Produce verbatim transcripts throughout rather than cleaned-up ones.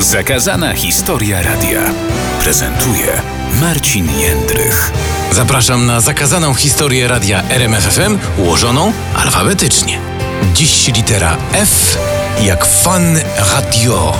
Zakazana historia radia prezentuje Marcin Jędrych. Zapraszam na zakazaną historię radia R M F F M ułożoną alfabetycznie. Dziś litera F jak Fan Radio.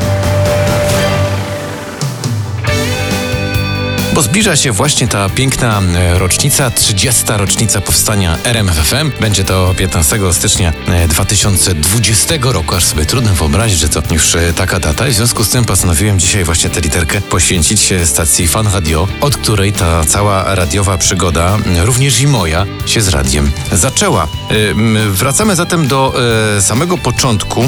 Bo zbliża się właśnie ta piękna rocznica, trzydziesta rocznica powstania R M F F M. Będzie to piętnastego stycznia dwa tysiące dwudziestego roku, aż sobie trudno wyobrazić, że to już taka data. I w związku z tym postanowiłem dzisiaj właśnie tę literkę poświęcić stacji Fan Radio, od której ta cała radiowa przygoda, również i moja, się z radiem zaczęła. Wracamy zatem do samego początku.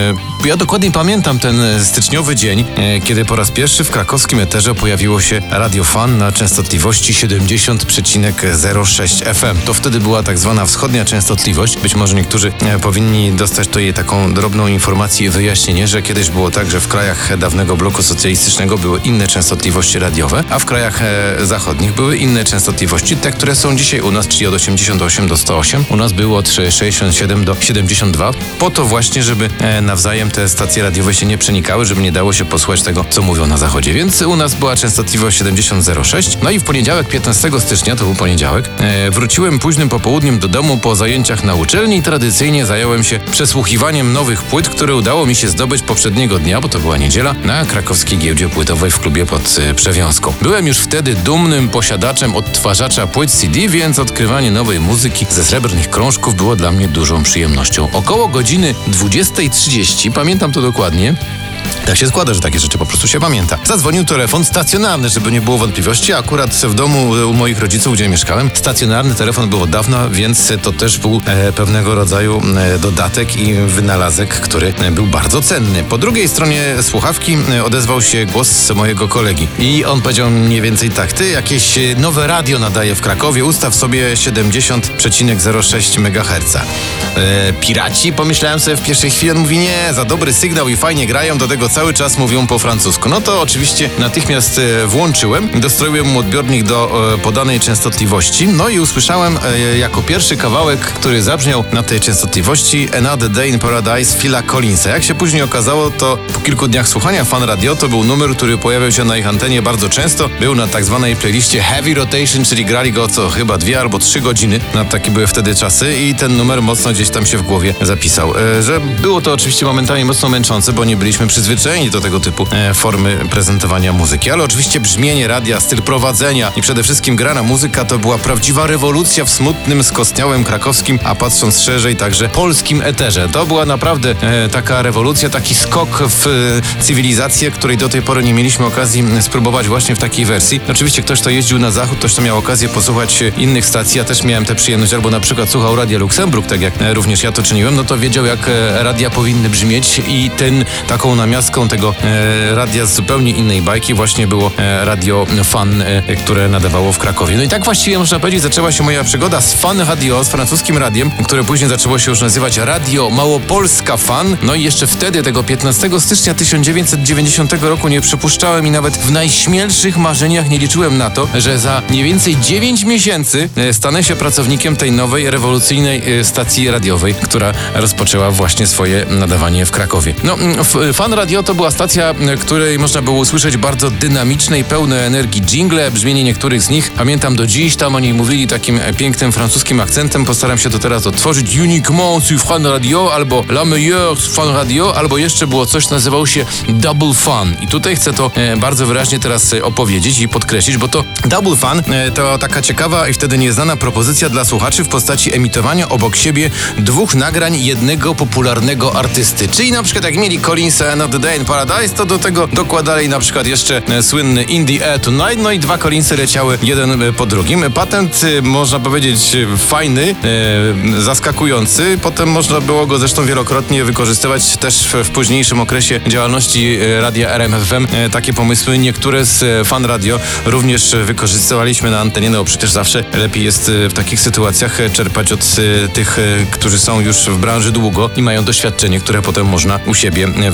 Ja dokładnie pamiętam ten styczniowy dzień, kiedy po raz pierwszy w krakowskim eterze pojawiło się Radio Fan na częstotliwości siedemdziesiąt przecinek zero sześć F M. To wtedy była tak zwana wschodnia częstotliwość. Być może niektórzy powinni dostać tutaj taką drobną informację i wyjaśnienie, że kiedyś było tak, że w krajach dawnego bloku socjalistycznego były inne częstotliwości radiowe, a w krajach zachodnich były inne częstotliwości, te, które są dzisiaj u nas, czyli od osiemdziesiąt osiem do sto osiem. U nas było od sześćdziesiąt siedem do siedemdziesiąt dwa. Po to właśnie, żeby nawzajem te stacje radiowe się nie przenikały, żeby nie dało się posłuchać tego, co mówią na zachodzie. Więc u nas była częstotliwość siedemdziesiąt zero sześć. No i w poniedziałek, piętnastego stycznia, to był poniedziałek, e, wróciłem późnym popołudniem do domu po zajęciach na uczelni i tradycyjnie zająłem się przesłuchiwaniem nowych płyt, które udało mi się zdobyć poprzedniego dnia, bo to była niedziela, na krakowskiej giełdzie płytowej w klubie pod e, Przewiązką. Byłem już wtedy dumnym posiadaczem odtwarzacza płyt C D, więc odkrywanie nowej muzyki ze srebrnych krążków było dla mnie dużą przyjemnością. Około godziny dwudziestej trzydzieści, pamiętam to dokładnie, tak się składa, że takie rzeczy po prostu się pamięta. Zadzwonił telefon stacjonarny, żeby nie było wątpliwości. Akurat w domu u moich rodziców, gdzie mieszkałem, stacjonarny telefon był od dawna, więc to też był e, pewnego rodzaju e, dodatek i wynalazek, który e, był bardzo cenny. Po drugiej stronie słuchawki e, odezwał się głos mojego kolegi i on powiedział mniej więcej tak: ty, jakieś nowe radio nadaje w Krakowie, ustaw sobie siedemdziesiąt przecinek zero sześć megaherca. E, piraci? Pomyślałem sobie w pierwszej chwili. On mówi: nie, za dobry sygnał i fajnie grają, do tego cały czas mówią po francusku. No to oczywiście natychmiast e, włączyłem, dostroiłem mu odbiornik do e, podanej częstotliwości, no i usłyszałem e, jako pierwszy kawałek, który zabrzmiał na tej częstotliwości, Another Day in Paradise Phila Collinsa. Jak się później okazało, to po kilku dniach słuchania Fan Radio to był numer, który pojawiał się na ich antenie bardzo często. Był na tak zwanej playliście Heavy Rotation, czyli grali go co chyba dwie albo trzy godziny. No, takie były wtedy czasy i ten numer mocno gdzieś tam się w głowie zapisał. E, że było to oczywiście momentami mocno męczące, bo nie byliśmy przyzwyczajeni do tego typu e, formy prezentowania muzyki. Ale oczywiście brzmienie radia, styl prowadzenia i przede wszystkim grana muzyka to była prawdziwa rewolucja w smutnym, skostniałym krakowskim, a patrząc szerzej także polskim eterze. To była naprawdę e, taka rewolucja, taki skok w e, cywilizację, której do tej pory nie mieliśmy okazji spróbować właśnie w takiej wersji. Oczywiście ktoś, kto jeździł na zachód, ktoś, kto miał okazję posłuchać innych stacji, ja też miałem tę przyjemność, albo na przykład słuchał Radia Luksemburg, tak jak e, również ja to czyniłem, no to wiedział, jak e, radia powinny brzmieć i ten taką namiastką tego e, radia z zupełnie innej bajki właśnie było e, Radio Fan, e, które nadawało w Krakowie. No i tak właściwie można powiedzieć, zaczęła się moja przygoda z Fan Radio, z francuskim radiem, które później zaczęło się już nazywać Radio Małopolska Fan. No i jeszcze wtedy, tego piętnastego stycznia tysiąc dziewięćset dziewięćdziesiątego roku, nie przypuszczałem i nawet w najśmielszych marzeniach nie liczyłem na to, że za mniej więcej dziewięć miesięcy e, stanę się pracownikiem tej nowej, rewolucyjnej e, stacji radiowej, która rozpoczęła właśnie swoje nadawanie w Krakowie. No, f, Fan Radio to była stacja, której można było usłyszeć bardzo dynamiczne i pełne energii dżingle, brzmienie niektórych z nich pamiętam do dziś, tam oni mówili takim pięknym francuskim akcentem, postaram się to teraz odtworzyć: Uniquement sur Fan Radio, albo La Meilleure Fan Radio, albo jeszcze było coś, nazywało się Double Fan. I tutaj chcę to e, bardzo wyraźnie teraz e, opowiedzieć i podkreślić, bo to Double Fan e, to taka ciekawa i wtedy nieznana propozycja dla słuchaczy w postaci emitowania obok siebie dwóch nagrań jednego popularnego artysty. Czyli na przykład jak mieli Collinsa Another Day in Paradise, to do tego dokładali na przykład jeszcze e, słynny In the Air Tonight, no i dwa Collinsy leciały jeden e, po drugim. Patent, e, można powiedzieć, e, fajny, e, zaskakujący. Potem można było go zresztą wielokrotnie wykorzystywać też w, w późniejszym okresie działalności e, radia R M F F M. E, takie pomysły niektóre z e, Fan Radio również wykorzystywaliśmy na antenie, no przecież zawsze lepiej jest e, w takich sytuacjach e, czerpać od e, tych, e, którzy są już w branży długo i mają doświadczenie, które potem można u siebie e, wykorzystać.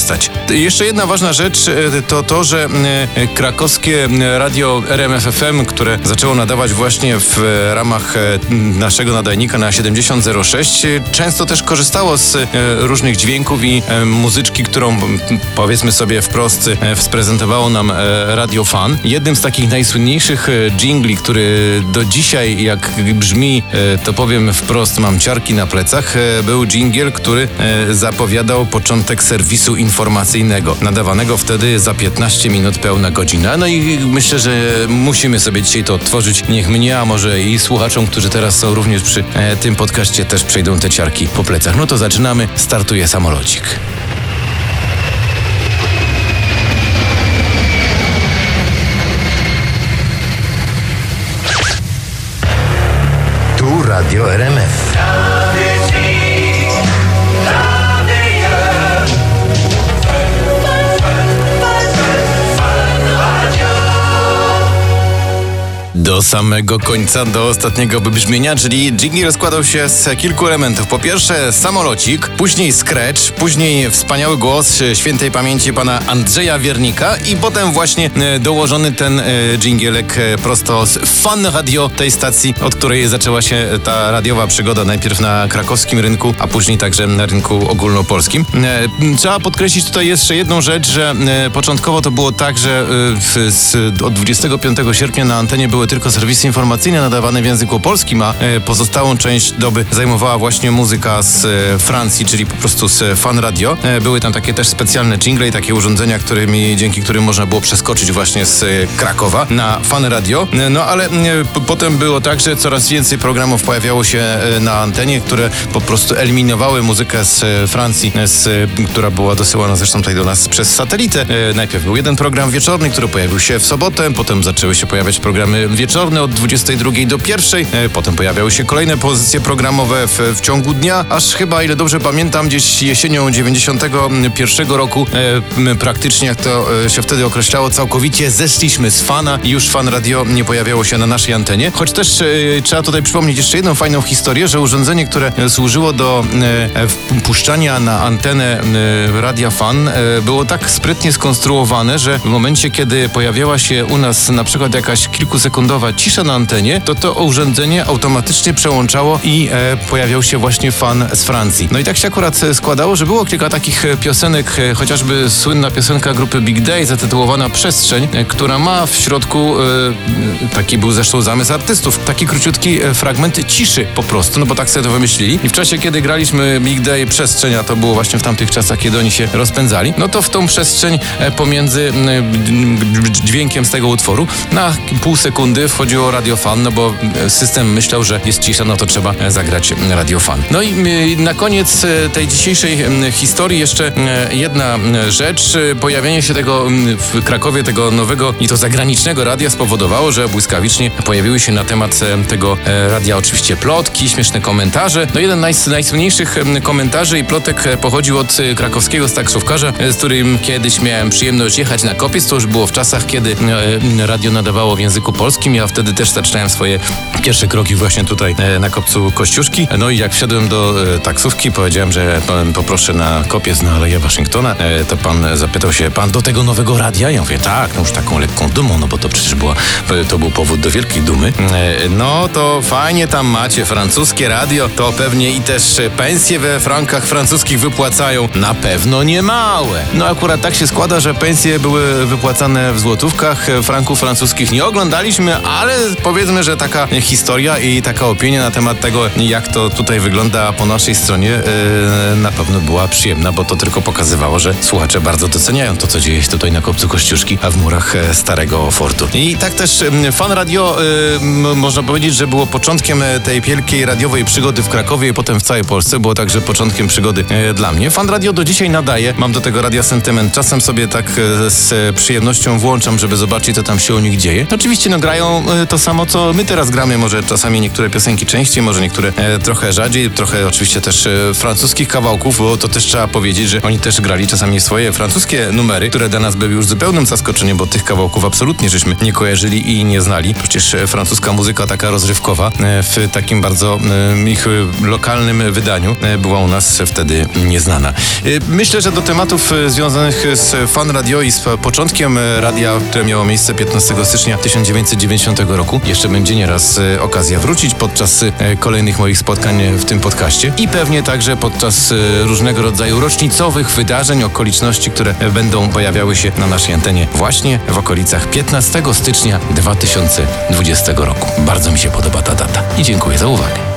korzystać. Jeszcze jedna ważna rzecz to to, że krakowskie radio R M F F M, które zaczęło nadawać właśnie w ramach naszego nadajnika na siedemdziesiąt zero sześć, często też korzystało z różnych dźwięków i muzyczki, którą powiedzmy sobie wprost sprezentowało nam Radio Fan. Jednym z takich najsłynniejszych dżingli, który do dzisiaj jak brzmi, to powiem wprost, mam ciarki na plecach, był dżingiel, który zapowiadał początek serwisu informacyjnego, nadawanego wtedy za piętnaście minut pełna godzina. No i myślę, że musimy sobie dzisiaj to odtworzyć. Niech mnie, a może i słuchaczom, którzy teraz są również przy e, tym podcaście, też przejdą te ciarki po plecach. No to zaczynamy. Startuje samolocik. Tu Radio R M F. Do samego końca, do ostatniego wybrzmienia, czyli dżingiel składał się z kilku elementów. Po pierwsze samolocik, później scratch, później wspaniały głos świętej pamięci pana Andrzeja Wiernika i potem właśnie dołożony ten dżingielek prosto z Fan Radio, tej stacji, od której zaczęła się ta radiowa przygoda, najpierw na krakowskim rynku, a później także na rynku ogólnopolskim. Trzeba podkreślić tutaj jeszcze jedną rzecz, że początkowo to było tak, że od dwudziestego piątego sierpnia na antenie były tylko serwisy informacyjne nadawane w języku polskim, a pozostałą część doby zajmowała właśnie muzyka z Francji, czyli po prostu z Fan Radio. Były tam takie też specjalne jingle i takie urządzenia, którymi, dzięki którym można było przeskoczyć właśnie z Krakowa na Fan Radio. No ale p- potem było tak, że coraz więcej programów pojawiało się na antenie, które po prostu eliminowały muzykę z Francji, z, która była dosyłana zresztą tutaj do nas przez satelitę. Najpierw był jeden program wieczorny, który pojawił się w sobotę, potem zaczęły się pojawiać programy wieczorne od dwudziestej drugiej do pierwszej. E, potem pojawiały się kolejne pozycje programowe w, w ciągu dnia, aż chyba, ile dobrze pamiętam, gdzieś jesienią dziewięćdziesiątego pierwszego roku e, praktycznie, jak to e, się wtedy określało, całkowicie zeszliśmy z Fana i już Fan Radio nie pojawiało się na naszej antenie. Choć też e, trzeba tutaj przypomnieć jeszcze jedną fajną historię, że urządzenie, które służyło do e, wpuszczania na antenę e, Radia Fan e, było tak sprytnie skonstruowane, że w momencie, kiedy pojawiała się u nas na przykład jakaś kilkusekundowa cisza na antenie, to to urządzenie automatycznie przełączało i e, pojawiał się właśnie Fan z Francji. No i tak się akurat składało, że było kilka takich piosenek, e, chociażby słynna piosenka grupy Big Day zatytułowana Przestrzeń, e, która ma w środku, e, taki był zresztą zamysł artystów, taki króciutki e, fragment ciszy po prostu, no bo tak sobie to wymyślili. I w czasie, kiedy graliśmy Big Day Przestrzeń, a to było właśnie w tamtych czasach, kiedy oni się rozpędzali, no to w tą przestrzeń e, pomiędzy e, dźwiękiem z tego utworu na pół sekundy wchodziło Radio Fan, no bo system myślał, że jest cisza, no to trzeba zagrać Radio Fan. No i na koniec tej dzisiejszej historii jeszcze jedna rzecz. Pojawienie się tego w Krakowie, tego nowego i to zagranicznego radia spowodowało, że błyskawicznie pojawiły się na temat tego radia oczywiście plotki, śmieszne komentarze. No jeden z najsłynniejszych komentarzy i plotek pochodził od krakowskiego taksówkarza, z którym kiedyś miałem przyjemność jechać na Kopiec. To już było w czasach, kiedy radio nadawało w języku polskim. Ja wtedy też zaczynałem swoje pierwsze kroki właśnie tutaj na Kopcu Kościuszki. No i jak wsiadłem do taksówki, powiedziałem, że poproszę na Kopiec na Aleję Waszyngtona. To pan zapytał się, pan do tego nowego radia? Ja mówię, tak, no już taką lekką dumą, no bo to przecież była, to był powód do wielkiej dumy. No to fajnie tam macie francuskie radio, to pewnie i też pensje we frankach francuskich wypłacają. Na pewno nie małe. No akurat tak się składa, że pensje były wypłacane w złotówkach, franków francuskich nie oglądaliśmy, ale powiedzmy, że taka historia i taka opinia na temat tego, jak to tutaj wygląda po naszej stronie, yy, na pewno była przyjemna, bo to tylko pokazywało, że słuchacze bardzo doceniają to, co dzieje się tutaj na Kopcu Kościuszki, a w murach starego fortu. I tak też yy, Fan Radio, yy, można powiedzieć, że było początkiem tej wielkiej radiowej przygody w Krakowie i potem w całej Polsce. Było także początkiem przygody yy, dla mnie. Fan Radio do dzisiaj nadaje. Mam do tego radia sentyment. Czasem sobie tak yy, z przyjemnością włączam, żeby zobaczyć, co tam się u nich dzieje. Oczywiście no grają grają e, to samo, co my teraz gramy. Może czasami niektóre piosenki częściej, może niektóre e, trochę rzadziej, trochę oczywiście też e, francuskich kawałków, bo to też trzeba powiedzieć, że oni też grali czasami swoje francuskie numery, które dla nas były już zupełnym zaskoczeniem, bo tych kawałków absolutnie żeśmy nie kojarzyli i nie znali. Przecież e, francuska muzyka taka rozrywkowa e, w takim bardzo e, ich e, lokalnym wydaniu e, była u nas wtedy nieznana. E, myślę, że do tematów e, związanych z Fan Radio i z początkiem e, radia, które miało miejsce piętnastego stycznia tysiąc dziewięćset dziewięćdziesiątego roku, jeszcze będzie nieraz e, okazja wrócić podczas e, kolejnych moich spotkań w tym podcaście i pewnie także podczas e, różnego rodzaju rocznicowych wydarzeń, okoliczności, które e, będą pojawiały się na naszej antenie właśnie w okolicach piętnastego stycznia dwa tysiące dwudziestego roku. Bardzo mi się podoba ta data i dziękuję za uwagę.